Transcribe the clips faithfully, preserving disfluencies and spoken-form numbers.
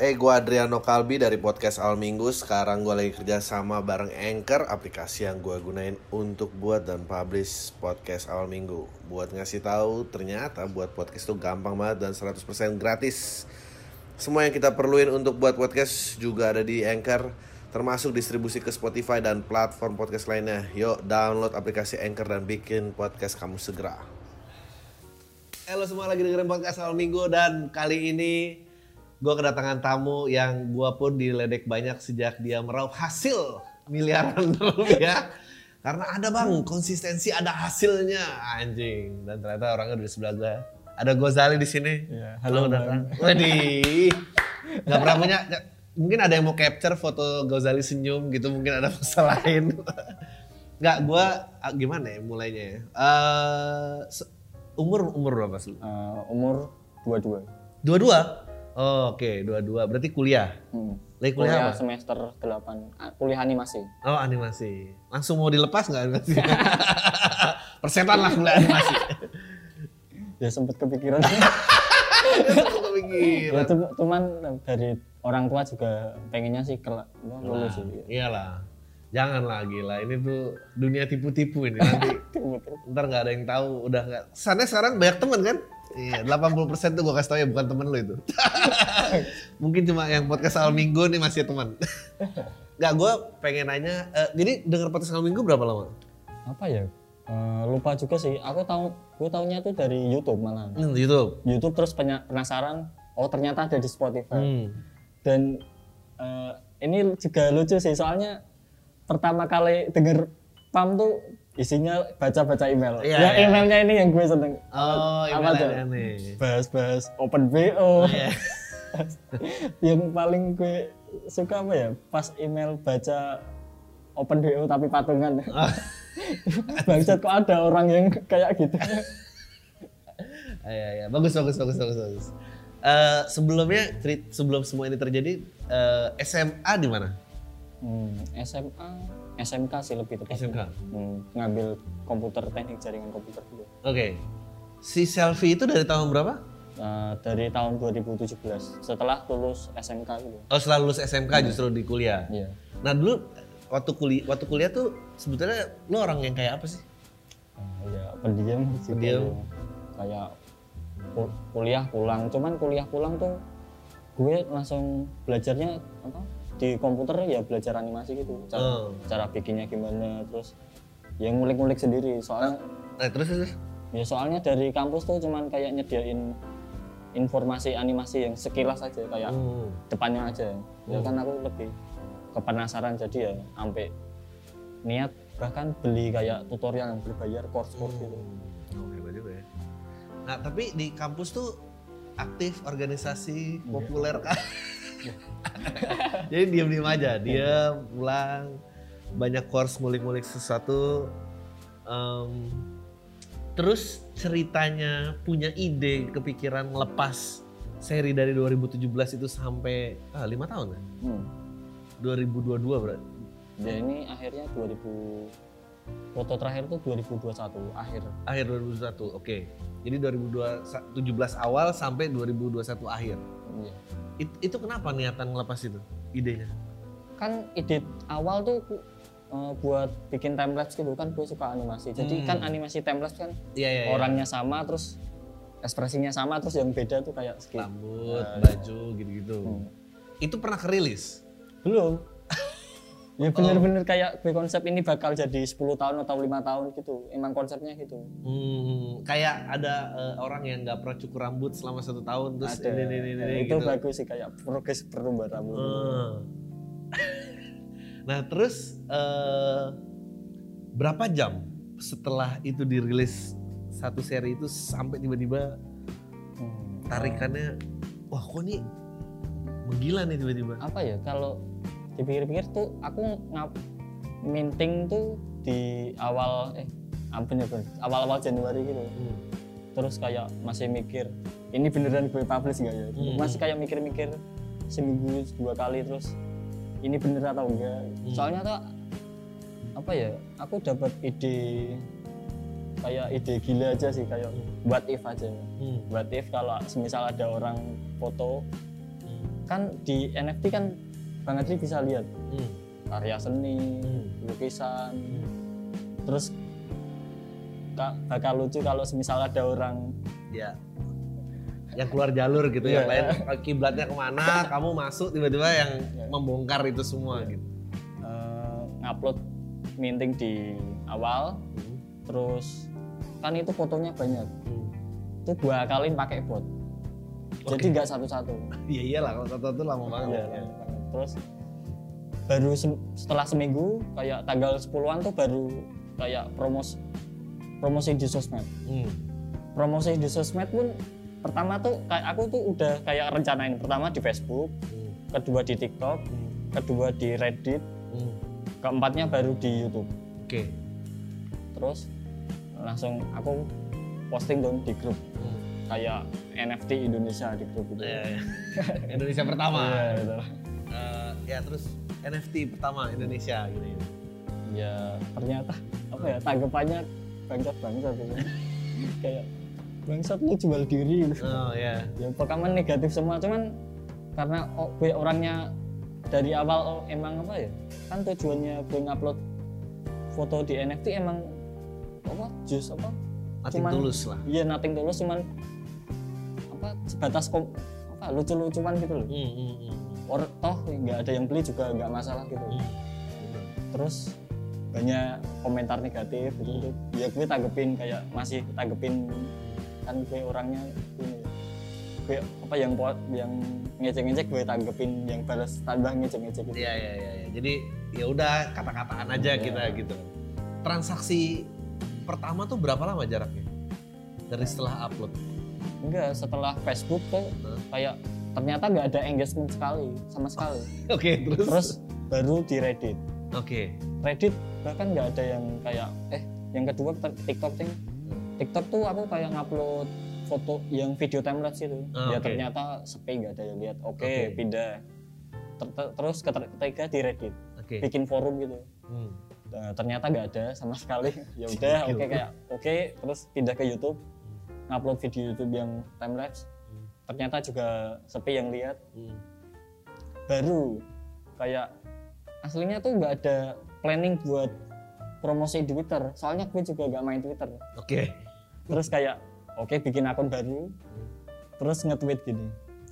Hey, gue Adriano Kalbi dari podcast Awal Minggu. Sekarang gue lagi kerja sama bareng Anchor, aplikasi yang gue gunain untuk buat dan publish podcast Awal Minggu. Buat ngasih tahu, ternyata buat podcast itu gampang banget dan seratus persen gratis. Semua yang kita perluin untuk buat podcast juga ada di Anchor, termasuk distribusi ke Spotify dan platform podcast lainnya. Yuk download aplikasi Anchor dan bikin podcast kamu segera. Halo semua, lagi dengerin podcast Awal Minggu dan kali ini gue kedatangan tamu yang gue pun diledek banyak sejak dia meraup hasil miliaran rupiah. Karena ada bang, konsistensi ada hasilnya anjing. Dan ternyata orangnya di sebelah gue. Ada Ghazali di sini. Ya, halo datang. Waduh, nggak pernah punya. Mungkin ada yang mau capture foto Ghazali senyum gitu. Mungkin ada masalah lain. Nggak, gue gimana ya mulainya ya. Uh, umur umur berapa sih? Uh, umur dua puluh dua. Dua-dua? Oh, oke, okay. dua-dua. Berarti kuliah? Hmm. Lagi kuliah, kuliah apa? Semester delapan. Kuliah animasi. Oh, animasi. Langsung mau dilepas nggak animasi? Persetan lah kuliah animasi. Ya sempet kepikiran. Ya sempet kepikiran. Ya cuman dari orang tua juga pengennya sih kelak lulus sih. Iyalah. Janganlah gila, ini tuh dunia tipu-tipu ini nanti. Ntar nggak ada yang tahu, udah nggak. Sana sekarang banyak temen kan? Iya, delapan puluh persen tuh gue kasih tau ya bukan temen lu itu. Mungkin cuma yang podcast Awal Minggu nih masih teman. Nggak, gue pengen nanya, uh, jadi denger podcast Awal Minggu berapa lama? Apa ya? Uh, lupa juga sih. Aku tahu, gue taunya tuh dari YouTube malah. Hmm, YouTube. YouTube terus penasaran. Oh ternyata ada di Spotify. Hmm. Dan uh, ini juga lucu sih soalnya pertama kali denger P A M tuh isinya baca-baca email. Ya, ya, ya emailnya ini yang gue seneng. Oh, apa tuh? Ini. Bahas-bahas Open B O. Oh, yeah. Yang paling gue suka apa ya? Pas email baca Open B O tapi patungan. Oh. Bangsat kok ada orang yang kayak gitu. Iya, iya. Bagus, bagus, bagus, bagus, bagus. Uh, sebelumnya, sebelum semua ini terjadi, uh, S M A di mana? Hmm, S M A, S M K sih lebih tepat. S M K? Hmm, ngambil komputer, teknik jaringan komputer dulu. Oke. Okay. Si Selfie itu dari tahun berapa? Uh, dari tahun dua ribu tujuh belas, setelah lulus S M K gitu. Oh, setelah lulus S M K hmm. justru di kuliah? Iya. Nah dulu waktu kuliah, waktu kuliah tuh sebetulnya lu orang yang kayak apa sih? Uh, ya pendiam sih. Pendiam? Kayak kuliah pulang, cuman kuliah pulang tuh gue langsung belajarnya apa? Di komputer ya belajar animasi gitu, cara, oh. cara bikinnya gimana, terus ya ngulik-ngulik sendiri soalnya. Nah, terus terus? Ya soalnya dari kampus tuh cuman kayak nyediain informasi animasi yang sekilas aja kayak hmm. depannya aja. Ya hmm. kan aku lebih kepenasaran jadi ya sampai niat bahkan beli kayak tutorial yang berbayar course-course hmm. gitu. Oh, hebat juga ya. Nah tapi di kampus tuh aktif organisasi yeah. populer kan? Jadi diam-diam aja, diam, pulang, banyak course ngulik-ngulik sesuatu. Um, terus ceritanya punya ide, kepikiran lepas seri dari dua ribu tujuh belas itu sampai ah, lima tahun kan? Hmm. dua ribu dua puluh dua berarti? Ya ini akhirnya dua ribu, foto terakhir tuh dua ribu dua puluh satu, akhir. Akhir dua ribu dua puluh satu, oke. Okay. Jadi dua ribu tujuh belas awal sampai dua ribu dua puluh satu akhir? Iya. It, itu kenapa niatan ngelepas itu, idenya? Kan ide awal tuh uh, buat bikin timelapse gitu kan, gue suka animasi. Jadi hmm. kan animasi timelapse kan ya, ya, orangnya ya. sama, terus ekspresinya sama, terus yang beda tuh kayak skip. Rambut, uh, baju gitu-gitu. Hmm. Itu pernah kerilis? Belum. Ya bener-bener oh. kayak gue konsep ini bakal jadi sepuluh tahun atau lima tahun gitu. Emang konsepnya gitu. Hmm, kayak ada uh, orang yang nggak pernah cukur rambut selama satu tahun terus ada. ini ini ini, ini itu gitu. Bagus sih kayak progres pertumbuhan rambut. Hmm. Nah terus uh, berapa jam setelah itu dirilis satu seri itu sampai tiba-tiba hmm. tarikannya, wah kok nih menggila nih tiba-tiba. Apa ya kalau dipikir-pikir tuh aku ngap minting tuh di awal eh apa nih awal-awal Januari gitu. Hmm. Terus kayak masih mikir ini beneran gue publish gak ya? Hmm. Masih kayak mikir-mikir seminggu dua kali terus ini bener atau enggak. Hmm. Soalnya tuh apa ya? Aku dapat ide kayak ide gila aja sih kayak what if aja. Hmm. What if kalau semisal ada orang foto kan di N F T kan Bang Adri bisa lihat hmm. karya seni, hmm. lukisan, hmm. terus bakal lucu kalau semisal ada orang ya yang keluar jalur gitu yeah. yang lain kiblatnya kemana kamu masuk tiba-tiba yang yeah. membongkar itu semua yeah. gitu uh, ngupload minting di awal hmm. terus kan itu fotonya banyak hmm. itu dua kali pakai bot okay. jadi nggak satu-satu iya iyalah kalau satu-satu lama banget yeah, ya. Terus baru se- setelah seminggu kayak tanggal sepuluhan tuh baru kayak promosi promosi di sosmed hmm. promosi di sosmed pun pertama tuh kayak aku tuh udah kayak rencanain pertama di Facebook, hmm. kedua di TikTok, hmm. kedua di Reddit, hmm. keempatnya baru di YouTube. Oke. Okay. Terus langsung aku posting dong di grup hmm. kayak N F T Indonesia di grup itu. Yeah, yeah. Indonesia pertama. Iya gitu. Uh, ya terus N F T pertama Indonesia gitu ya. Ya ternyata apa ya tanggapannya bangsat-bangsat gitu. Kayak bangsat lu jual diri gitu. Oh iya. Yeah. Ya pokoknya negatif semua, cuman karena oh, gue orangnya dari awal oh, emang apa ya? Kan tujuannya gue ngupload foto di N F T emang apa? Just apa? Nothing cuman, tulus lah. Iya, nothing tulus cuman apa sebatas kom, apa lucu-lucuan gitu loh. Hmm, hmm, hmm. Or toh nggak ada yang beli juga nggak masalah gitu. Hmm. Terus banyak komentar negatif gitu, gitu. Ya gue tanggepin kayak masih tanggepin kan gue orangnya ini gue apa yang yang ngecek-ngecek gue tanggepin yang balas tambah ngecek-ngecek gitu. Iya iya iya. Jadi ya udah kata-kataan aja ya. Kita gitu. Transaksi pertama tuh berapa lama jaraknya? Dari setelah upload? Enggak, setelah Facebook tuh huh? kayak ternyata nggak ada engagement sekali sama sekali. Oke, okay, terus terus baru di Reddit. Oke. Okay. Reddit bahkan nggak ada yang kayak eh yang kedua TikTok ting. TikTok tuh aku kayak ngupload foto yang video timelapse itu, oh, ya okay. ternyata sepi nggak ada yang lihat. Oke, okay, okay. pindah. Ter- terus ketiga di Reddit, okay. bikin forum gitu. Hmm. Nah, ternyata nggak ada sama sekali. Ya udah, oke okay, kayak oke, okay. Terus pindah ke YouTube, ngupload video YouTube yang timelapse. Hmm. Ternyata juga sepi yang lihat. Hmm. Baru kayak aslinya tuh nggak ada planning buat promosi di Twitter, soalnya gue juga nggak main Twitter. Oke. Okay. Terus kayak, oke okay, bikin akun baru, hmm. terus nge-tweet gini.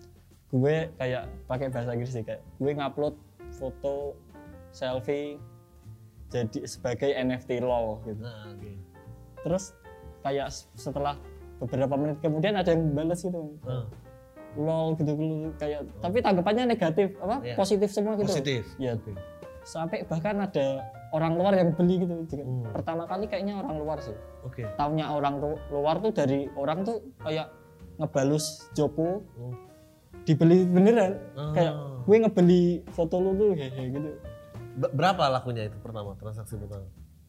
Gue kayak pakai bahasa Inggris sih, kayak gue ngupload foto selfie jadi sebagai N F T lol gitu. Nah, okay. Terus kayak setelah beberapa menit kemudian ada yang balas gitu. Hmm. Lol gitu-gitu kayak, oh. tapi tanggapannya negatif, apa? Yeah. Positif semua gitu. Positif. Iya. Okay. Sampai bahkan ada orang luar yang beli gitu. Hmm. Pertama kali kayaknya orang luar sih. Oke. Okay. Taunya orang luar tuh dari orang tuh kayak ngebalus Joko, hmm. dibeli beneran. Oh. Kayak gue ngebeli foto lu tuh hehe gitu. Berapa lakunya itu pertama, transaksi pertama?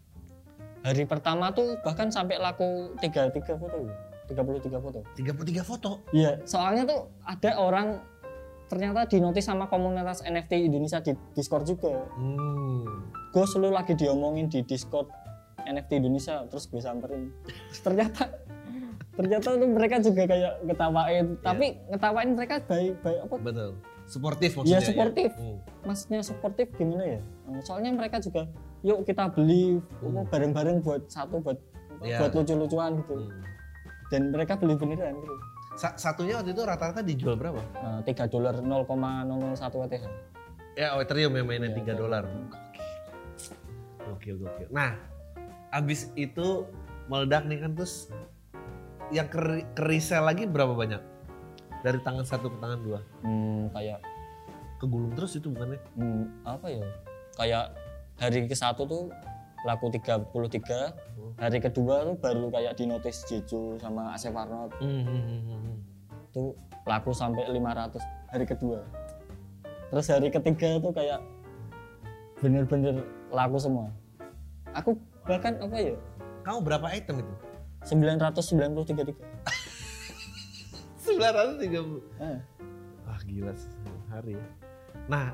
Hari pertama tuh bahkan sampai laku tiga puluh tiga foto. tiga puluh tiga foto. tiga puluh tiga foto? Iya, soalnya tuh ada orang ternyata dinotis sama komunitas N F T Indonesia di Discord juga. Hmm. Gue selalu lagi diomongin di Discord N F T Indonesia, terus gue samperin. Ternyata, ternyata tuh mereka juga kayak ngetawain, yeah. Tapi ngetawain mereka baik-baik apa? Betul. Suportif maksudnya. Iya suportif. Ya? Hmm. Maksudnya suportif gimana ya? Soalnya mereka juga, yuk kita beli hmm. bareng-bareng buat satu buat yeah. buat lucu-lucuan gitu. Hmm. Dan mereka beli beneran gitu. Satunya waktu itu rata-rata dijual berapa? tiga dolar nol koma nol nol satu E T H. Ya, oh, Ethereum yang mainnya ya, tiga dolar. Gokil, gokil. Nah, abis itu meledak nih kan, terus yang ke, ke resell lagi berapa banyak? Dari tangan satu ke tangan dua? Hmm, kayak kegulung terus itu bukannya? Hmm, apa ya? Kayak hari ke satu tuh laku tiga puluh tiga, hmm. hari kedua tuh baru kayak di notice Jeju sama Asep Arnold. Hmm, hmm, hmm. Tuh laku sampai lima ratus hari kedua. Terus hari ketiga tuh kayak bener-bener laku semua. Aku bahkan apa ya? Kamu berapa item itu? sembilan ratus sembilan puluh tiga. sembilan ratus tiga puluh. Eh. Wah gila sehari ya. Nah,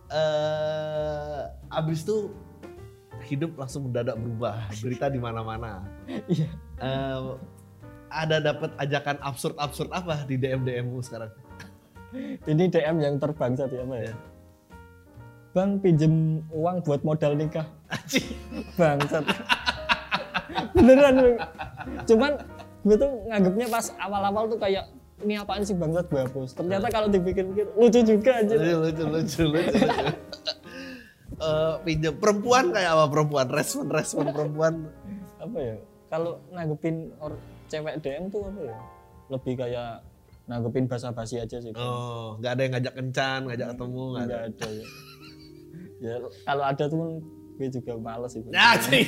eh, abis itu hidup langsung mendadak berubah, berita di mana-mana. Iya. Uh, ada dapat ajakan absurd-absurd apa di D M D M-mu sekarang? Ini D M yang terbangsat ya, Pak ya. Bang, pinjem uang buat modal nikah. Bangsat. Beneran, Bang. Cuman gue tuh nganggepnya pas awal-awal tuh kayak ini apaan sih bangsat, gue hapus. Ternyata kalau dipikir-pikir lucu juga aja. Lucu, lucu, lucu, lucu. lucu. uh, pinjem perempuan kayak apa perempuan? Respon-respon perempuan. Apa ya? Kalau nanggepin or, cewek D M tuh apa ya? Lebih kayak nanggepin basa-basi aja sih. Oh, nggak ada yang ngajak kencan, ngajak ketemu, nggak ada. ada ya. Ya kalau ada tuh gue juga males sih. Ya, sih.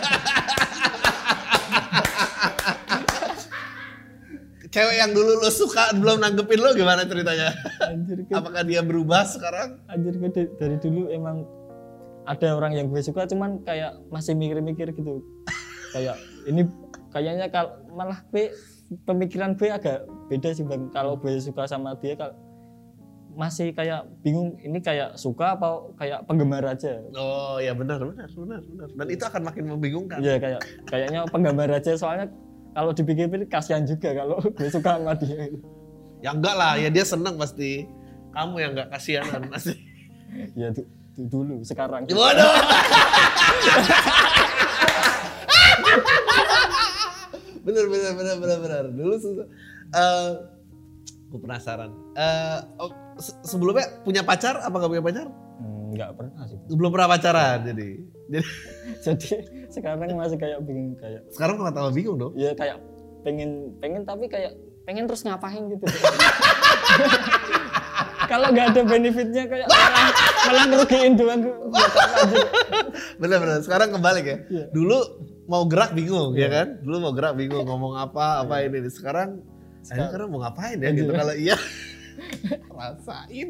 Cewek yang dulu lo suka belum nanggepin lo gimana ceritanya? Anjir, gue, apakah dia berubah sekarang? Anjir gue dari, dari dulu emang ada orang yang gue suka cuman kayak masih mikir-mikir gitu. Kayak ini kayaknya kalau malah gue pemikiran gue agak beda sih Bang. Kalau gue suka sama dia kalau masih kayak bingung ini kayak suka apa kayak penggemar aja. Oh ya benar benar benar benar. Dan itu akan makin membingungkan. Iya kayak kayaknya penggemar aja soalnya kalau dipikir-pikir kasihan juga kalau gue suka sama dia. Ya enggak lah, ya dia senang pasti. Kamu yang enggak kasihanan pasti. Ya du- du- dulu, sekarang. Waduh. bener bener bener bener bener. Dulu susah. Uh, gue penasaran. Uh, oh, se- sebelumnya punya pacar apa enggak punya pacar? Enggak pernah sih. Belum pernah pacaran jadi. Jadi, jadi sekarang masih kayak bingung kayak. Sekarang malah tambah bingung dong. Ya kayak pengen pengen tapi kayak pengen terus ngapain gitu. Kalau nggak ada benefitnya kayak malah, malah ngerugiin doang. Bener-bener. Sekarang kebalik ya. Yeah. Dulu mau gerak bingung yeah. ya kan. Dulu mau gerak bingung ngomong apa apa yeah. ini. Sekarang sekarang, sekarang mau ngapain ya gitu. Kalau iya rasain.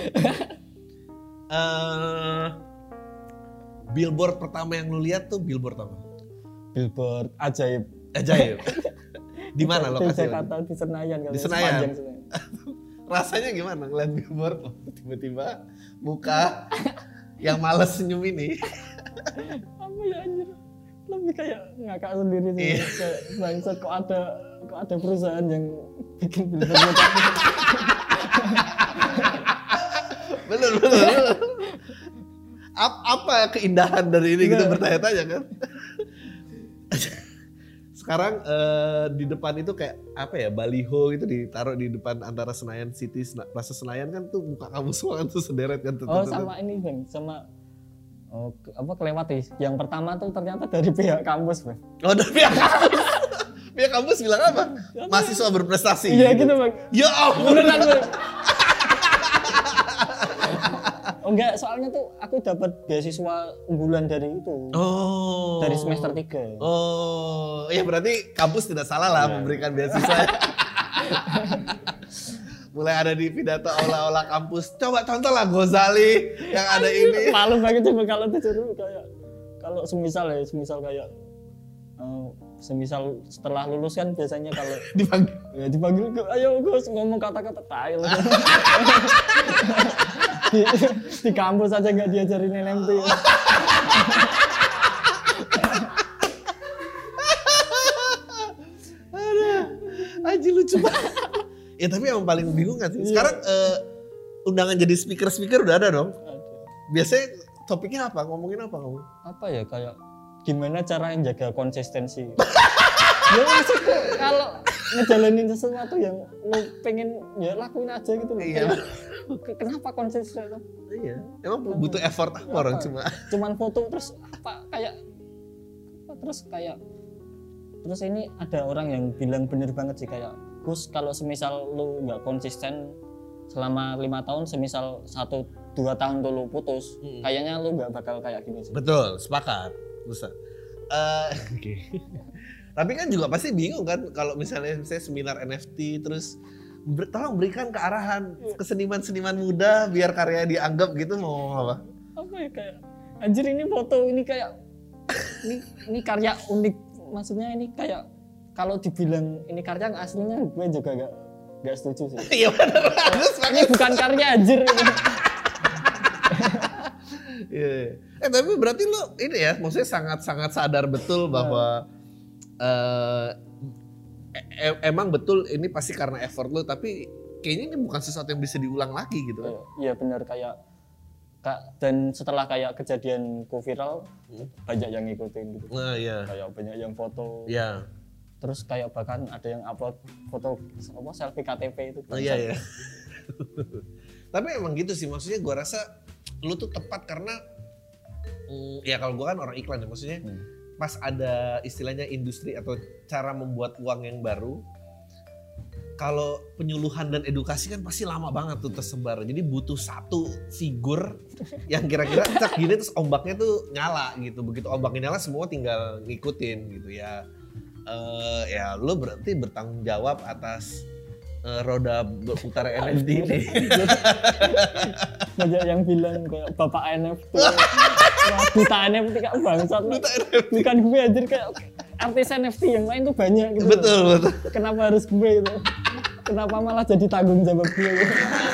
uh, billboard pertama yang lu lihat tuh billboard apa? Billboard ajaib. Ajaib. Di mana lokasinya? Di Jakarta di Senayan. Di Senayan. Rasanya gimana ngeliat billboard tiba-tiba muka yang males senyum ini? Apa ya anjir? Lebih kayak ngakak sendiri sih. Iya. Kayak bangsa kok ada kok ada perusahaan yang bikin billboard gitu. Bener bener. Apa keindahan dari ini gitu bertanya-tanya kan? Sekarang uh, di depan itu kayak apa ya baliho itu ditaruh di depan antara Senayan City, Plaza Senayan kan tuh muka kamu semua kan tuh sederet kan. Oh sama ini Bang, sama oh, apa kelewati. Yang pertama tuh ternyata dari pihak kampus Bang. Oh dari pihak kampus? Pihak kampus bilang apa? Mahasiswa berprestasi. Iya gitu Bang. Ya ampun. Beneran Bang. Oh enggak, soalnya tuh aku dapat beasiswa unggulan dari itu. Oh. Dari semester tiga. Oh, ya berarti kampus tidak salah lah ya. Memberikan beasiswa. Mulai ada di pidato aula-aula kampus. Coba contohlah Ghazali yang ada ini. Malu banget coba kalau disuruh kayak kalau semisal ya, semisal kayak uh, semisal setelah lulus kan biasanya kalau dipanggil ya dipanggil ayo Gus ngomong kata-kata tai. di, di kampus aja nggak diajarin N M T ya. Aduh, aji lucu banget. Ya tapi yang paling bingung kan sih. Sekarang uh, undangan jadi speaker-speaker udah ada dong. Ada. Biasanya topiknya apa? Ngomongin apa kamu? Apa ya kayak gimana cara jaga konsistensi. Ya maksudku kalau ngejalanin sesuatu yang lo pengen ya lakuin aja gitu loh. Iya. Kenapa konsisten? Iya. Emang kenapa? Butuh effort apa orang cuma? Cuman foto terus apa kayak apa, terus kayak terus ini ada orang yang bilang bener banget sih kayak Gus kalau semisal lu nggak konsisten selama lima tahun semisal satu dua tahun tuh lu putus hmm. kayaknya lu nggak bakal kayak gini sih. Betul, sepakat. Bisa. Uh, Oke. Okay. Tapi kan juga pasti bingung kan kalau misalnya saya seminar N F T terus ber, tolong berikan kearahan ke seniman-seniman muda biar karya dianggap gitu mau apa? Apa ya kayak anjir ini foto ini kayak ini ini karya unik maksudnya ini kayak kalau dibilang ini karya aslinya gue juga gak gak setuju sih. Iya benar bagus ini bukan karya anjir ini. Yeah. Eh tapi berarti lo ini ya maksudnya sangat-sangat sadar betul bahwa uh, e- emang betul ini pasti karena effort lo tapi kayaknya ini bukan sesuatu yang bisa diulang lagi gitu kan. Iya benar kayak Kak, dan setelah kayak kejadianku viral hmm. banyak yang ngikutin gitu. Nah, iya. Kayak banyak yang foto. Iya. Terus kayak bahkan ada yang upload foto apa selfie K T P itu. Oh iya iya. Tapi emang gitu sih, maksudnya gue rasa lu tuh tepat karena mm, ya kalau gue kan orang iklan ya, maksudnya hmm. pas ada istilahnya industri atau cara membuat uang yang baru, kalau penyuluhan dan edukasi kan pasti lama banget tuh tersebar. Jadi butuh satu figur yang kira-kira cek gini terus ombaknya tuh nyala gitu. Begitu ombaknya nyala semua tinggal ngikutin gitu ya. Uh, ya lu berarti bertanggung jawab atas uh, roda berputar N F T ini. Banyak yang bilang kayak bapak N F T. Wah, duta N F T kayak bangsat. Duta N F T. Bukan gue anjir, kayak artis N F T yang lain tuh banyak gitu. Betul, betul. Kenapa harus gue gitu? Kenapa malah jadi tanggung jawab gue gitu?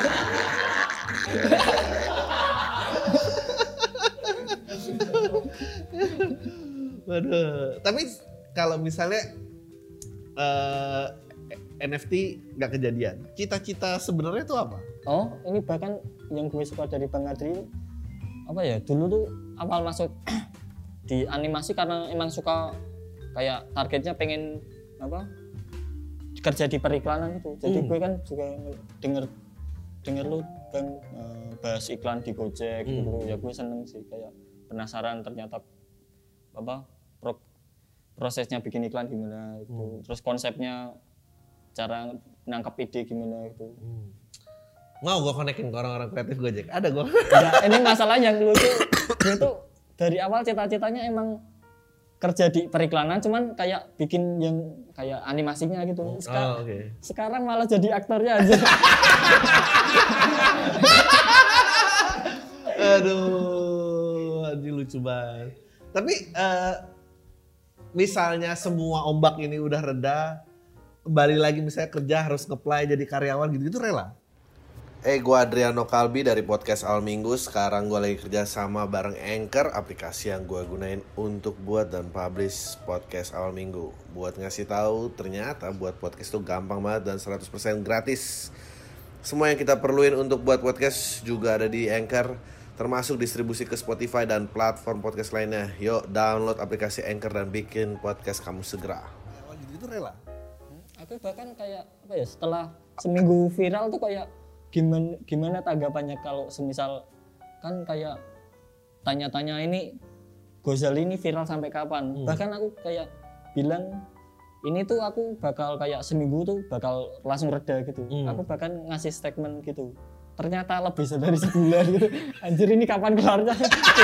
Waduh, tapi kalau misalnya uh, N F T nggak kejadian, cita-cita sebenarnya itu apa? Oh, ini bahkan yang gue suka dari Bang Adri apa ya? Dulu tuh awal masuk di animasi karena emang suka kayak targetnya pengen apa? Kerja di periklanan itu. Jadi hmm. gue kan juga denger denger lu kan uh, bahas iklan di Gojek hmm. gitu. Ya gue seneng sih, kayak penasaran ternyata apa? Pro, prosesnya bikin iklan gimana itu. Hmm. Terus konsepnya, cara nangkap ide gimana itu. Hmm. Mau gue konekin ke orang-orang kreatif Gojek? Ada gue. Ya, ini masalah yang lu tuh, gue tuh dari awal cita-citanya emang kerja di periklanan, cuman kayak bikin yang kayak animasinya gitu. Sekarang, oh, okay. sekarang malah jadi aktornya aja. Aduh, ini lucu banget. Tapi uh, misalnya semua ombak ini udah reda, kembali lagi misalnya kerja harus nge-apply jadi karyawan gitu-gitu rela? Eh, gue Adriano Kalbi dari podcast Al Minggu. Sekarang gue lagi kerja sama bareng Anchor, aplikasi yang gue gunain untuk buat dan publish podcast Al Minggu. Buat ngasih tahu ternyata buat podcast itu gampang banget dan seratus persen gratis. Semua yang kita perluin untuk buat podcast juga ada di Anchor, termasuk distribusi ke Spotify dan platform podcast lainnya. Yuk download aplikasi Anchor dan bikin podcast kamu segera. Kalau gitu itu rela? Aku bahkan kayak apa ya, setelah seminggu viral tuh kayak gimana gimana tanggapannya kalau semisal kan kayak tanya-tanya ini Ghazali ini viral sampai kapan. Hmm. Bahkan aku kayak bilang ini tuh aku bakal kayak seminggu tuh bakal langsung reda gitu. Hmm. Aku bahkan ngasih statement gitu. Ternyata lebih dari sebulan gitu. Anjir, ini kapan kelarnya?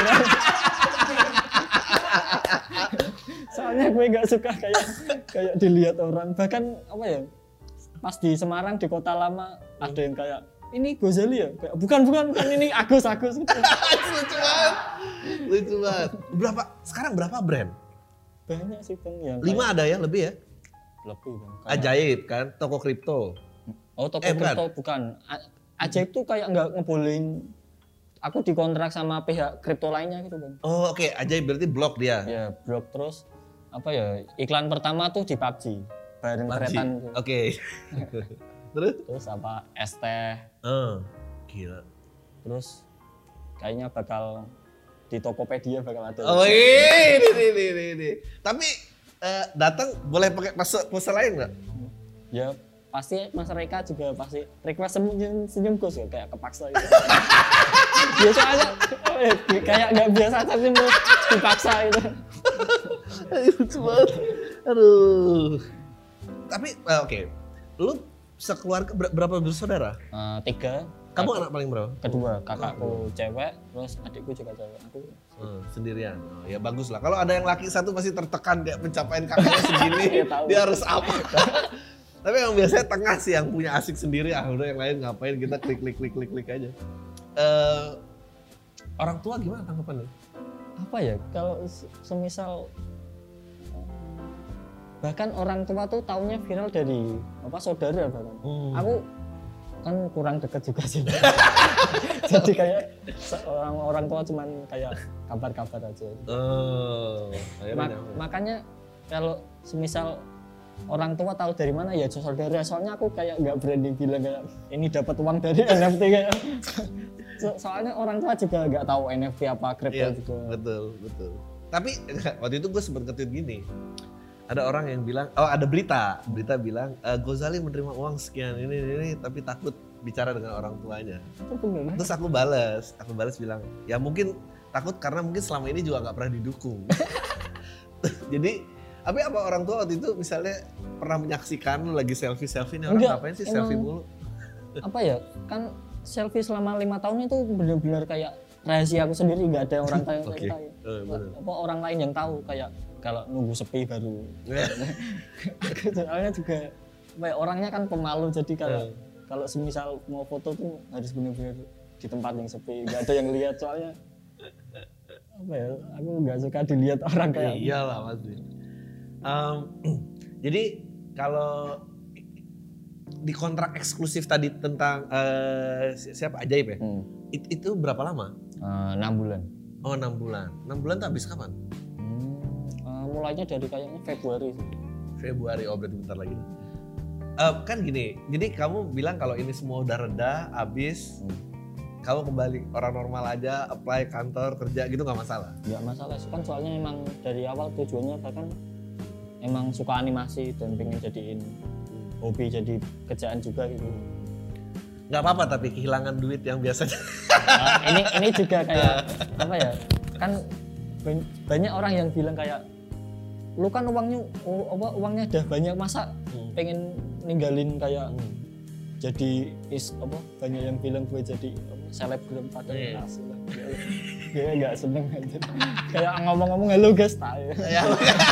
Soalnya gue nggak suka kayak kayak dilihat orang. Bahkan apa ya? Pas di Semarang di Kota Lama hmm. ada yang kayak ini Ghazali ya? Kayak, bukan bukan bukan ini Agus Agus. Gitu. Lucu banget. Lucu banget. Berapa sekarang berapa brand? Banyak sih Bang yang lima kayak, ada ya, lebih ya? Lebih Bang. Kayak, Ajaib kan, toko kripto. Oh, toko eh, kripto bukan. bukan. Ajaib tuh kayak nggak ngebolehin aku dikontrak sama pihak kripto lainnya gitu Bang. Oh oke, okay. Ajaib berarti blok dia. Ya, blok. Terus apa ya? Iklan pertama tuh di P U B G. Bareng keretan. Oke. Okay. Terus? Terus apa? Es teh. Oh, gila. Terus kayaknya bakal di Tokopedia bakal ada. Oh ini, ini, ini, ini, ini. Tapi uh, datang boleh pakai pulsa pulsa lain nggak? Ya pasti Mas Reka juga pasti request senyum senyum Gus ya, kayak kepaksa gitu. Biasa aja, kayak nggak biasa senyum dipaksa gitu. Lucu banget. Aduh. Tapi uh, oke, okay. Lu sekeluarga berapa bersaudara? Uh, tiga. Kamu kakak, anak paling berapa? Kedua, kakakku oh. cewek, terus adikku juga cewek. Aku hmm, sendirian. Oh, ya bagus lah. Kalau ada yang laki satu pasti tertekan kayak pencapaian kakaknya segini, dia harus apa? Tapi yang biasanya tengah sih yang punya asik sendiri. Ah udah yang lain ngapain, kita klik klik klik klik klik aja. Uh, orang tua gimana tanggapannya? Apa ya? Kalau semisal bahkan orang tua tuh taunya viral dari apa saudara bahkan. Hmm. Aku kan kurang dekat juga sih. Jadi kayak orang orang tua cuman kayak kabar-kabar aja. Oh, Mak- makanya kalau semisal orang tua tahu dari mana ya saudara, soalnya aku kayak nggak berani bilang kayak ini dapat uang dari N F T kayak so, soalnya orang tua juga nggak tahu N F T apa kripto Iya, juga. betul betul. Tapi waktu itu gue sempat nge-tweet gini, ada orang yang bilang, oh ada berita, berita bilang e, Gozali menerima uang sekian ini ini, ini tapi takut bicara dengan orang tuanya. Terus aku balas, aku balas bilang ya mungkin takut karena mungkin selama ini juga nggak pernah didukung. Jadi tapi apa orang tua waktu itu misalnya pernah menyaksikan lu lagi selfie-selfie nih orang ngapain sih selfie mulu? Apa ya, kan selfie selama lima tahun itu benar-benar kayak rahasia aku sendiri, nggak ada orang tahu. Okay. Oh, apa orang lain yang tahu kayak kalau nunggu sepi baru. Soalnya juga kayak orangnya kan pemalu, jadi kalau uh. kalau semisal mau foto tuh harus benar-benar di tempat yang sepi, nggak ada yang lihat soalnya. Apa ya, aku nggak suka dilihat orang kayak. Iyalah pasti. Um, jadi kalau di kontrak eksklusif tadi tentang uh, siapa Ajaib ya, hmm. It, itu berapa lama? enam uh, bulan. Oh enam bulan. enam bulan tuh habis kapan? Hmm, uh, mulainya dari kayaknya Februari sih. Februari, oh berarti bentar lagi. Uh, kan gini, jadi kamu bilang kalau ini semua udah reda, habis, hmm. kamu kembali orang normal aja, apply kantor kerja gitu nggak masalah? Nggak masalah sih, kan soalnya emang dari awal tujuannya bahkan emang suka animasi dan pengen jadiin hobi jadi kerjaan juga gitu. Nggak apa-apa tapi kehilangan duit yang biasanya. Uh, ini ini juga kayak apa ya? Kan banyak orang yang bilang kayak lu kan uangnya apa uangnya udah banyak masa hmm. pengen ninggalin kayak hmm. jadi is apa banyak yang bilang gue jadi selebgram pada yeah. Asli lah. Gue nggak seneng aja. Kayak ngomong-ngomong halo guys tak ya.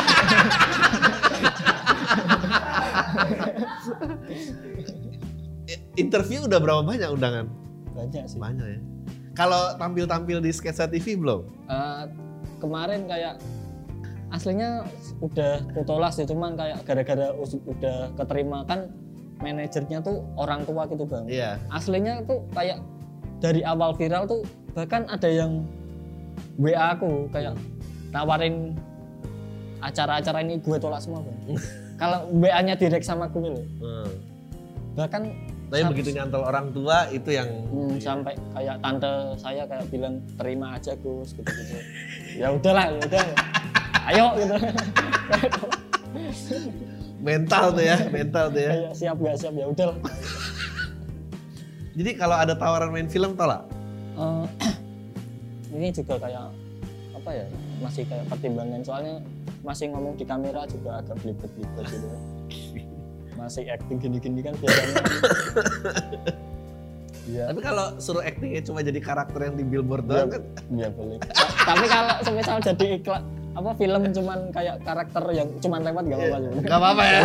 Interview udah berapa banyak undangan? Banyak sih. Banyak ya. Kalau tampil-tampil di Sketsa T V belum? Uh, kemarin kayak aslinya udah kutolas ya, cuman kayak gara-gara udah keterima kan manajernya tuh orang tua gitu bang. Iya. Aslinya tuh kayak dari awal viral tuh bahkan ada yang W A aku kayak nawarin acara-acara ini gue tolak semua bang. Kalau W A-nya direct sama gue loh. Hmm. Bahkan tapi begitu nyantol orang tua itu yang hmm, iya. Sampai kayak tante saya kayak bilang terima aja Gus gitu-gitu. Ya udahlah, ya udah. Ayo gitu. Mental tuh ya, mental tuh ya. Kayak siap gak siap ya udah. Jadi kalau ada tawaran main film tolak? Uh, ini juga kayak apa ya? Masih kayak pertimbangan soalnya masih ngomong di kamera juga agak belibet-belibet gitu. Masih acting gini-gini kan biasanya. Ya. Tapi kalau suruh actingnya cuma jadi karakter yang di billboard doang kan? Iya boleh. Tapi kalau semisal jadi iklan apa film cuman kayak karakter yang cuman lewat gak apa-apa juga. Gak apa-apa ya.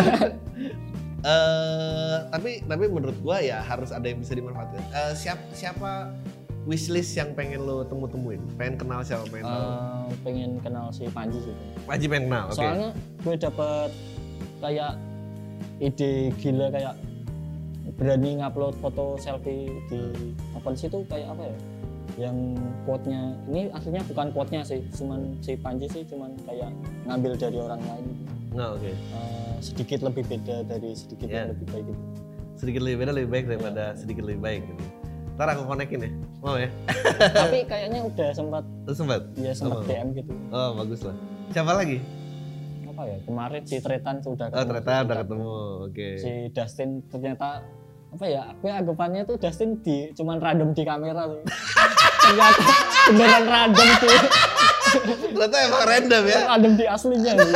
uh, tapi tapi menurut gua ya harus ada yang bisa dimanfaatkan. Uh, siapa siapa wishlist yang pengen lo temu-temuin? Pengen kenal siapa? Pengen, uh, pengen kenal si Panji sih. Panji pengen kenal. Okay. Soalnya gue dapet kayak ide gila kayak berani ngupload foto selfie di apa di situ kayak apa ya? Yang quote-nya ini aslinya bukan quote-nya sih, cuman si Panji sih cuman kayak ngambil dari orang lain. Nah, oke. Okay. Uh, sedikit lebih beda dari sedikit yeah. yang lebih baik gitu. Sedikit lebih beda lebih baik daripada yeah. sedikit lebih baik gitu. Ntar aku konekin ya, mau ya? Tapi kayaknya udah sempat. Udah sempat? Iya sempat oh. D M gitu. Oh bagus lah. Siapa lagi? Apa ya? Kemarin si Tretan sudah ketemu. Oh Tretan udah ketemu, oke. Okay. Si Dustin ternyata apa ya? Aku anggapannya tuh Dustin di cuman random di kamera tuh. Ternyata beneran random sih. Ternyata emang random ya? Random di aslinya gitu.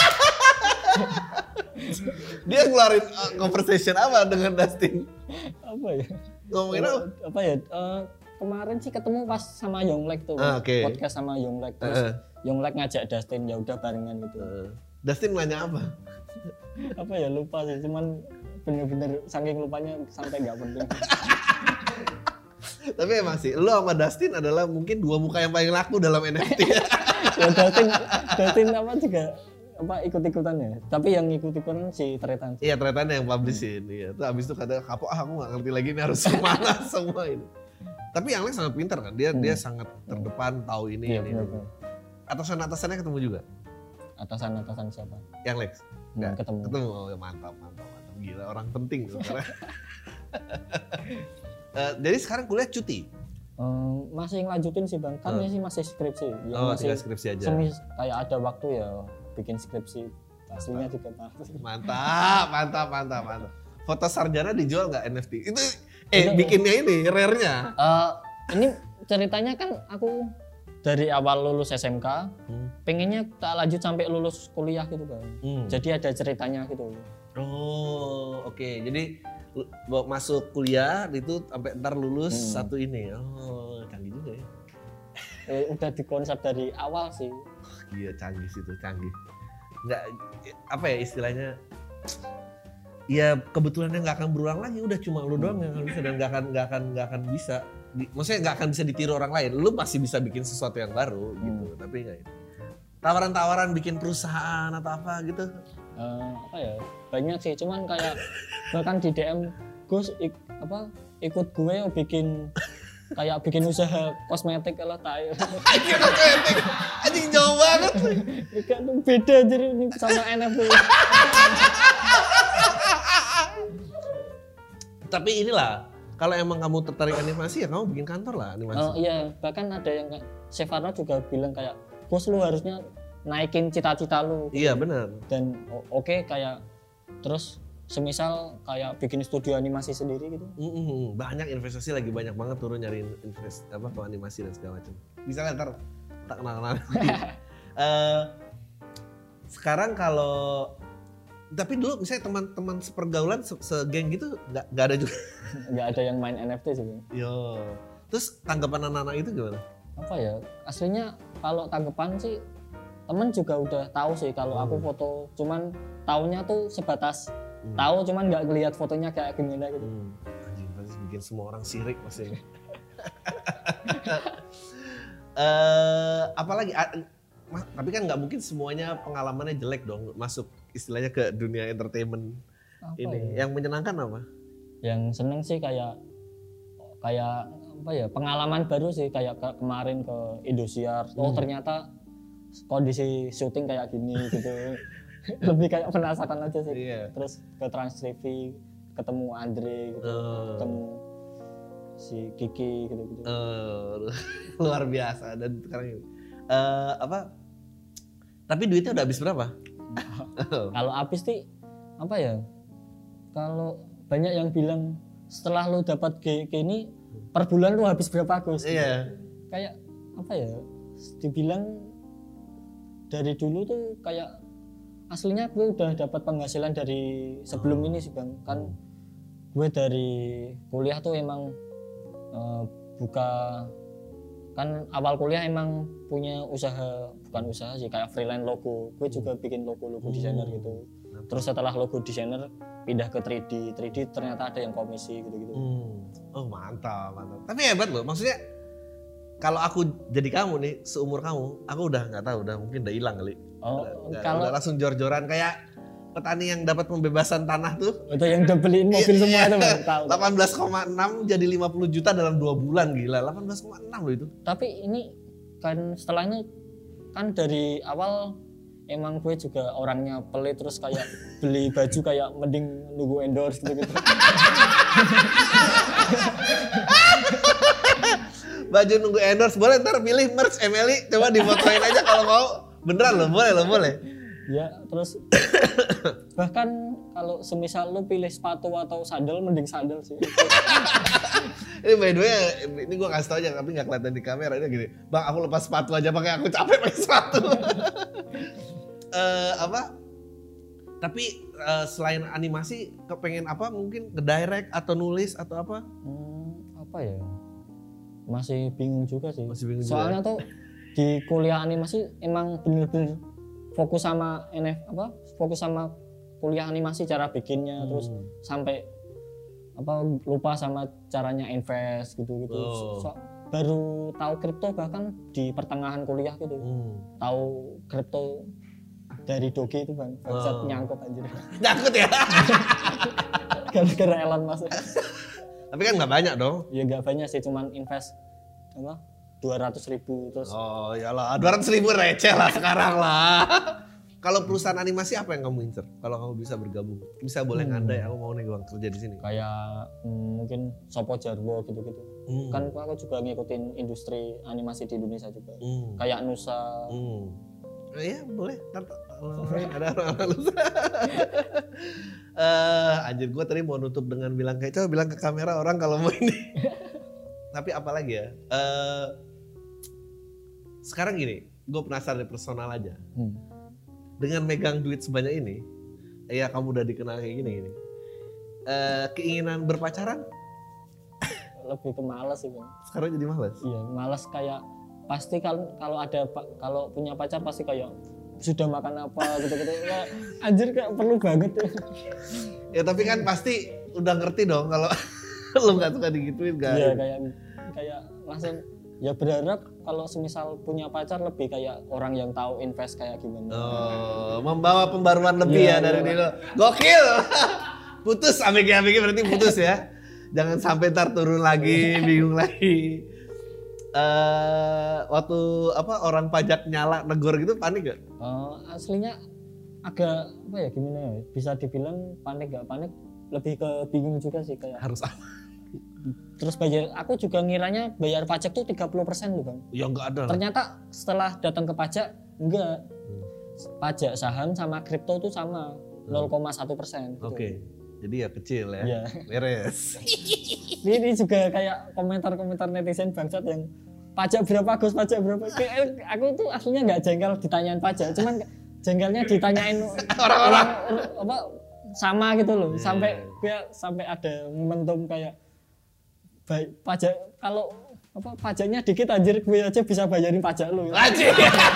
Dia ngeluarin uh, conversation apa dengan Dustin? Apa ya? Ngomongin apa? Apa ya? Uh, kemarin sih ketemu pas sama Yonglek tuh. Ah, okay. Podcast sama Yonglek terus uh. Yonglek ngajak Dustin ya udah barengan gitu. Uh. Dustin nanya apa? Apa ya lupa sih, cuman bener-bener saking lupanya sampai nggak penting. Tapi emang sih, lo sama Dustin adalah mungkin dua muka yang paling laku dalam N F T. Ya Dustin, Dustin apa juga apa ikut-ikutan ya. Tapi yang ikut-ikutan si Tretan. Iya Tretan yang publishin. Iya. Terus abis itu kata kapok ah aku nggak ngerti lagi ini harus kemana semua ini. Tapi yang lain sangat pintar kan, dia hmm. dia sangat terdepan tahu ini iya, ini. Atasan-atasannya ketemu juga. atasan-atasan siapa? Yang Lex? Nggak ketemu. Ketemu, oh, mantap, mantap, mantap. Gila, orang penting tuh. uh, jadi sekarang kuliah cuti? Um, masih ngelanjutin sih bang, kan uh. ini masih skripsi. Ya, oh, masih skripsi aja? Semis, kayak ada waktu ya bikin skripsi. Aslinya juga pasti. Mantap, mantap, mantap, mantap. Foto sarjana dijual nggak N F T? Itu, eh itu, bikinnya ini, rare-nya? Uh, ini ceritanya kan aku dari awal lulus S M K, hmm. pengennya tak lanjut sampai lulus kuliah gitu bang. Hmm. Jadi ada ceritanya gitu. Oh, oke. Okay. Jadi masuk kuliah itu sampai ntar lulus hmm. satu ini. Oh, canggih juga ya. Eh, udah dikonsep dari awal sih. Oh, iya canggih sih tuh, canggih. Nggak, apa ya istilahnya? Ya kebetulannya nggak akan berulang lagi. Udah cuma lu doang yang bisa dan nggak akan nggak akan nggak akan bisa. Di, maksudnya nggak akan bisa ditiru orang lain. Lu pasti bisa bikin sesuatu yang baru hmm. gitu. Tapi nggak. Tawaran-tawaran bikin perusahaan atau apa gitu? Uh, apa ya? Banyak sih. Cuman kayak bahkan di D M Gus ik, apa ikut gue yang bikin kayak bikin usaha kosmetik kalau tayo. Bikin kosmetik, anjing jauh banget. Kan beda jadi ini sama N F T. Tapi inilah, kalau emang kamu tertarik animasi ya kamu bikin kantor lah animasi. Oh iya, bahkan ada yang kayak Sevarno juga bilang kayak, Gus lu harusnya naikin cita-cita lu. Iya benar. Dan oke okay, kayak terus semisal kayak bikin studio animasi sendiri gitu. Mm-hmm. Banyak investasi lagi banyak banget turun nyari invest apa ke animasi dan segala macam. Bisa ntar tak kenal-kenal. uh, sekarang kalau tapi dulu misalnya teman-teman sepergaulan segeng gitu nggak nggak ada juga. Nggak ada yang main N F T sih. Yo. Terus tanggapan anak-anak itu gimana? Apa ya? Aslinya kalau tanggapan sih temen juga udah tahu sih kalau hmm. aku foto, cuman taunya tuh sebatas hmm. tahu cuman nggak ngelihat fotonya kayak gimana gitu. Hmm. Anjing pasti bikin semua orang sirik pasti. uh, apalagi tapi kan nggak mungkin semuanya pengalamannya jelek dong masuk istilahnya ke dunia entertainment apa ini. Ya? Yang menyenangkan apa? Yang seneng sih kayak kayak apa ya pengalaman baru sih kayak ke, kemarin ke Indosiar. Hmm. Oh ternyata kondisi syuting kayak gini gitu. Lebih kayak penasaran aja sih. Yeah. Terus ke Trans T V ketemu Andre gitu, uh. ketemu si Kiki gitu-gitu. Uh, luar biasa dan sekarang uh, apa? Tapi duitnya udah habis berapa? Kalau habis sih apa ya? Kalau banyak yang bilang setelah lu dapat G K ini per bulan lu habis berapa Gus? Iya. Yeah. Kayak apa ya? Dibilang dari dulu tuh kayak aslinya gue udah dapat penghasilan dari sebelum hmm. ini sih bang. Kan gue dari kuliah tuh emang uh, buka kan awal kuliah emang punya usaha, bukan usaha sih kayak freelance logo. Gue juga bikin logo-logo desainer gitu. Terus setelah logo desainer pindah ke tiga D. tiga D ternyata ada yang komisi gitu-gitu. Hmm. Oh mantap, mantap. Tapi hebat loh, maksudnya kalau aku jadi kamu nih, seumur kamu, aku udah nggak tahu, udah mungkin udah hilang kali. Oh, udah, kalau udah langsung jor-joran kayak petani yang dapat pembebasan tanah tuh. Itu yang udah beliin mobil semua itu bang, tahu. delapan belas koma enam jadi lima puluh juta dalam dua bulan, gila. delapan belas koma enam loh itu. Tapi ini kan setelah ini kan dari awal emang gue juga orangnya pelit terus kayak beli baju kayak mending nunggu endorse gitu-gitu. Baju nunggu endorse boleh ntar pilih merch Emily coba difotoin aja kalau mau. Beneran loh, boleh loh, boleh. Ya, terus bahkan kalau semisal lu pilih sepatu atau sandal, mending sandal sih. Ini by the way, ini gue kasih tau aja tapi nggak kelihatan di kamera. Ini gini, bang aku lepas sepatu aja pakai aku capek pakai sepatu. uh, apa? Tapi uh, selain animasi, kepengen apa? Mungkin ke direct atau nulis atau apa? Hmm, apa ya? Masih bingung juga sih. Masih bingung Soalnya juga. Tuh di kuliah animasi emang bener-bener fokus sama N F apa fokus sama kuliah animasi cara bikinnya hmm. terus sampai apa lupa sama caranya invest gitu-gitu. Oh. So, baru tahu kripto bahkan di pertengahan kuliah gitu. Hmm. Tahu kripto dari Doge itu bang, bangsat oh. nyangkut anjir. Nyangkut ya? Gara-gara Elon Musk. Tapi kan nggak banyak dong? Ya nggak banyak sih, cuman invest apa dua ratus ribu terus. Oh iyalah, dua ratus ribu receh lah sekarang lah. Kalau perusahaan animasi apa yang kamu incer? Kalau kamu bisa bergabung, bisa boleh Hmm. ngandai, aku mau nih bang kerja di sini. Kayak hmm, mungkin Sopo Jarwo gitu-gitu. Hmm. Kan aku juga ngikutin industri animasi di Indonesia juga. Hmm. Kayak Nusa. Hmm. Oh, iya boleh. Ntar kalau ada orang-orang lu. Eh, anjir gue tadi mau nutup dengan bilang kayak coba bilang ke kamera orang kalau mau ini. Tapi apalagi ya? Eh, sekarang gini, gue penasaran dari personal aja. Hmm. Dengan megang duit sebanyak ini, ya kamu udah dikenal kayak gini gini. Eh, keinginan berpacaran Lebih ke malas sih bang. sekarang jadi malas. Iya malas kayak pasti kalau kalau ada pa- kalau punya pacar pasti kayak sudah makan apa gitu-gitu. Kayak, anjir kayak perlu banget. Ya tapi kan pasti udah ngerti dong kalau lu nggak suka digituin kan. Iya kayak kayak langsung ya berharap kalau semisal punya pacar lebih kayak orang yang tahu invest kayak gimana. Oh, membawa pembaruan lebih Iya, ya dari iya. dulu. Gokil. Putus A B G A B G berarti putus ya. Jangan sampai ntar turun lagi, bingung lagi. Eh waktu apa orang pajak nyala negor gitu panik gak? Eh, aslinya agak apa ya gimana ya? Bisa dibilang panik gak panik, lebih ke bingung juga sih kayak. Harus apa? Terus bayar, aku juga ngiranya bayar pajak tuh tiga puluh persen tuh bang. Ya enggak ada lah. Ternyata setelah datang ke pajak enggak. Pajak saham sama kripto tuh sama nol koma satu persen. Oke. Jadi ya kecil ya. Iya. Beres. Ini, ini juga kayak komentar-komentar netizen bangsat yang pajak berapa Gus, pajak berapa. Kayak aku tuh aslinya nggak jengkel ditanyain pajak, cuman jengkelnya ditanyain Orang-orang. apa sama gitu loh. Yeah. Sampai kayak sampai ada momentum kayak baik pajak kalau apa pajaknya dikit anjir gue aja bisa bayarin pajak lu. Anjir.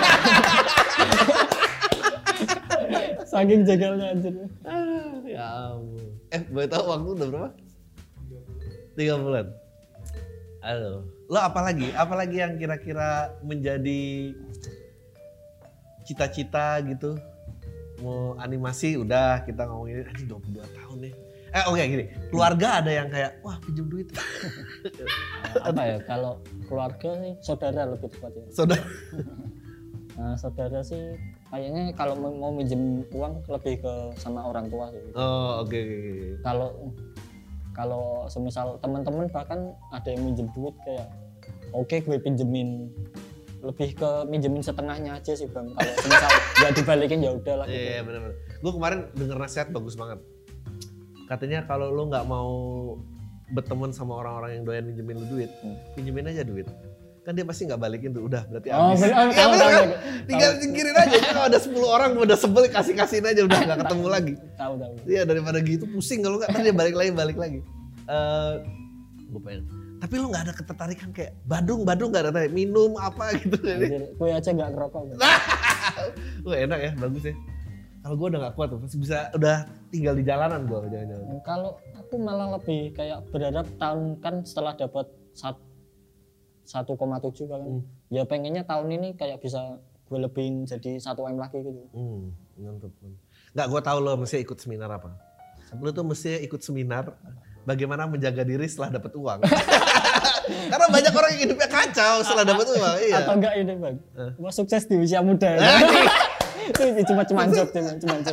Saking jengkelnya anjir. Ah, ya ampun. Eh, boleh tahu waktu udah berapa? Tiga bulan. Aduh. Lo apalagi? Apalagi yang kira-kira menjadi cita-cita gitu? Mau animasi udah kita ngomongin ini dua puluh dua tahun nih. Eh oke gini, keluarga ada yang kayak wah pinjam duit. Apa ya kalau keluarga sih saudara lebih tepatnya. Saudara. Nah, saudara sih kayaknya kalau mau mau minjem uang lebih ke sama orang tua sih. Oh oke oke oke. Kalau kalau semisal teman-teman bahkan ada yang minjem duit kayak oke gue pinjemin, lebih ke minjemin setengahnya aja sih bang. Kalau semisal nggak dibalikin ya udahlah. Iya Gitu. yeah, benar-benar. Gue kemarin denger nasihat bagus banget. Katanya kalau lo nggak mau berteman sama orang-orang yang doyan minjemin lu duit, Hmm. pinjemin aja duit. Kan dia pasti nggak balikin tuh, udah berarti Oh, habis. bener, oh, Iya tahu, bener tahu, kan? tahu. Tinggal singkirin aja. Kalau ada sepuluh orang gue udah sebel kasih-kasihin aja udah nggak ketemu lagi. Tahu tahu. Iya daripada gitu pusing kalau nggak, ntar dia balik lagi balik lagi. Eh, gue pengen. Tapi lo nggak ada ketertarikan kayak Badung Badung nggak ada tertarik minum apa gitu. Anjir, gue aja nggak ngerokok. Bang. Wah enak ya, bagus ya. Kalau gue udah nggak kuat tuh, pasti bisa udah tinggal di jalanan gue jangan-jangan. Kalau aku malah lebih kayak berharap tahun kan setelah dapat satu koma tujuh kan, Hmm. ya pengennya tahun ini kayak bisa gue lebihin jadi satu M lagi gitu. Hmm, mantap. Nggak, gue tahu lo mesti ikut seminar apa. Lo tuh mesti ikut seminar bagaimana menjaga diri setelah dapat uang. Karena banyak orang yang hidupnya kacau setelah dapat uang. Iya. Atau enggak ini bang, Eh. mau sukses di usia muda. Itu cuma cuma job, cuma cuma job.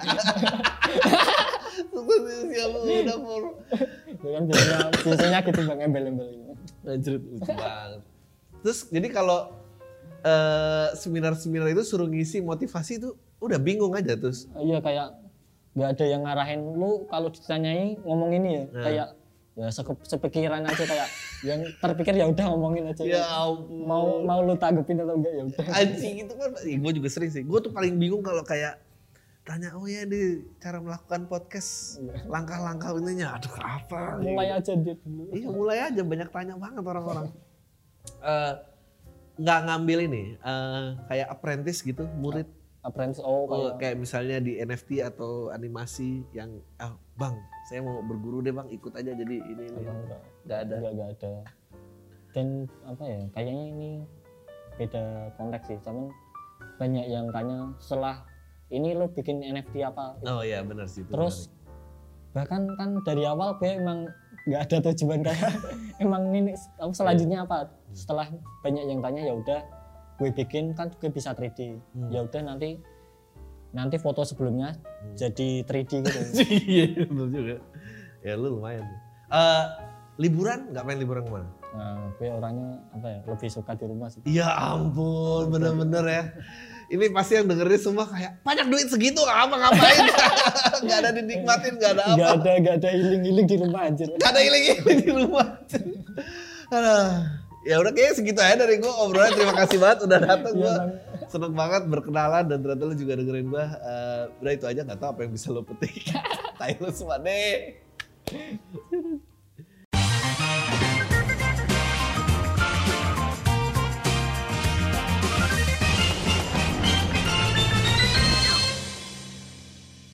Sukses siapa udah for. Itu kan biasanya biasanya gitu bang embel-embel ini. Anjir lucu banget. Terus jadi kalau eh, seminar-seminar itu suruh ngisi motivasi itu udah bingung aja terus. Iya kayak nggak ada yang ngarahin lu kalau ditanyai ngomong ini ya Nah. kayak ya seke- sepikiran aja kayak yang terpikir ya udah ngomongin aja. Ya ampun. Mau mau lu tanggepin atau enggak ya udah. Anjing itu kan, ya, gue juga sering sih. Gue tuh paling bingung kalau kayak tanya, oh ya di cara melakukan podcast, Iya. langkah-langkah ininya, aduh apa? Mulai aja dia dulu. Iya mulai aja, banyak tanya banget orang-orang. Eh, nggak ngambil ini, eh, kayak apprentice gitu, murid. Apprentice oh Oh, kayak kayak misalnya di N F T atau animasi yang, ah bang, saya mau berguru deh bang, ikut aja jadi ini ini. apa, enggak Nggak ada. enggak enggak ada. Dan apa ya kayaknya ini beda konteks sih, cuman banyak yang tanya setelah ini lo bikin N F T apa? Oh iya benar sih. Itu Terus bahkan kan dari awal gue emang nggak ada tujuan kayak emang ini apa, selanjutnya apa? Setelah banyak yang tanya ya udah gue bikin kan gue bisa tiga D. Hmm. Ya udah nanti nanti foto sebelumnya hmm. jadi tiga D gitu. Iya betul juga. Ya lu lumayan. Uh, liburan nggak main liburan kemana? Nah, gue orangnya apa ya lebih suka di rumah sih. Ya ampun, bener-bener ya. Ini pasti yang dengerin semua kayak banyak duit segitu apa ngapain? Gak ada dinikmatin, gak ada apa. Gak ada, gak ada iling-iling di rumah aja. Gak ada iling-iling di rumah. Ya udah kayaknya segitu aja dari gue obrolan. Terima kasih banget udah datang gue. Seneng banget berkenalan dan ternyata lu juga dengerin gue. Uh, udah itu aja, gak tahu apa yang bisa lo petik. Tai lu semua deh.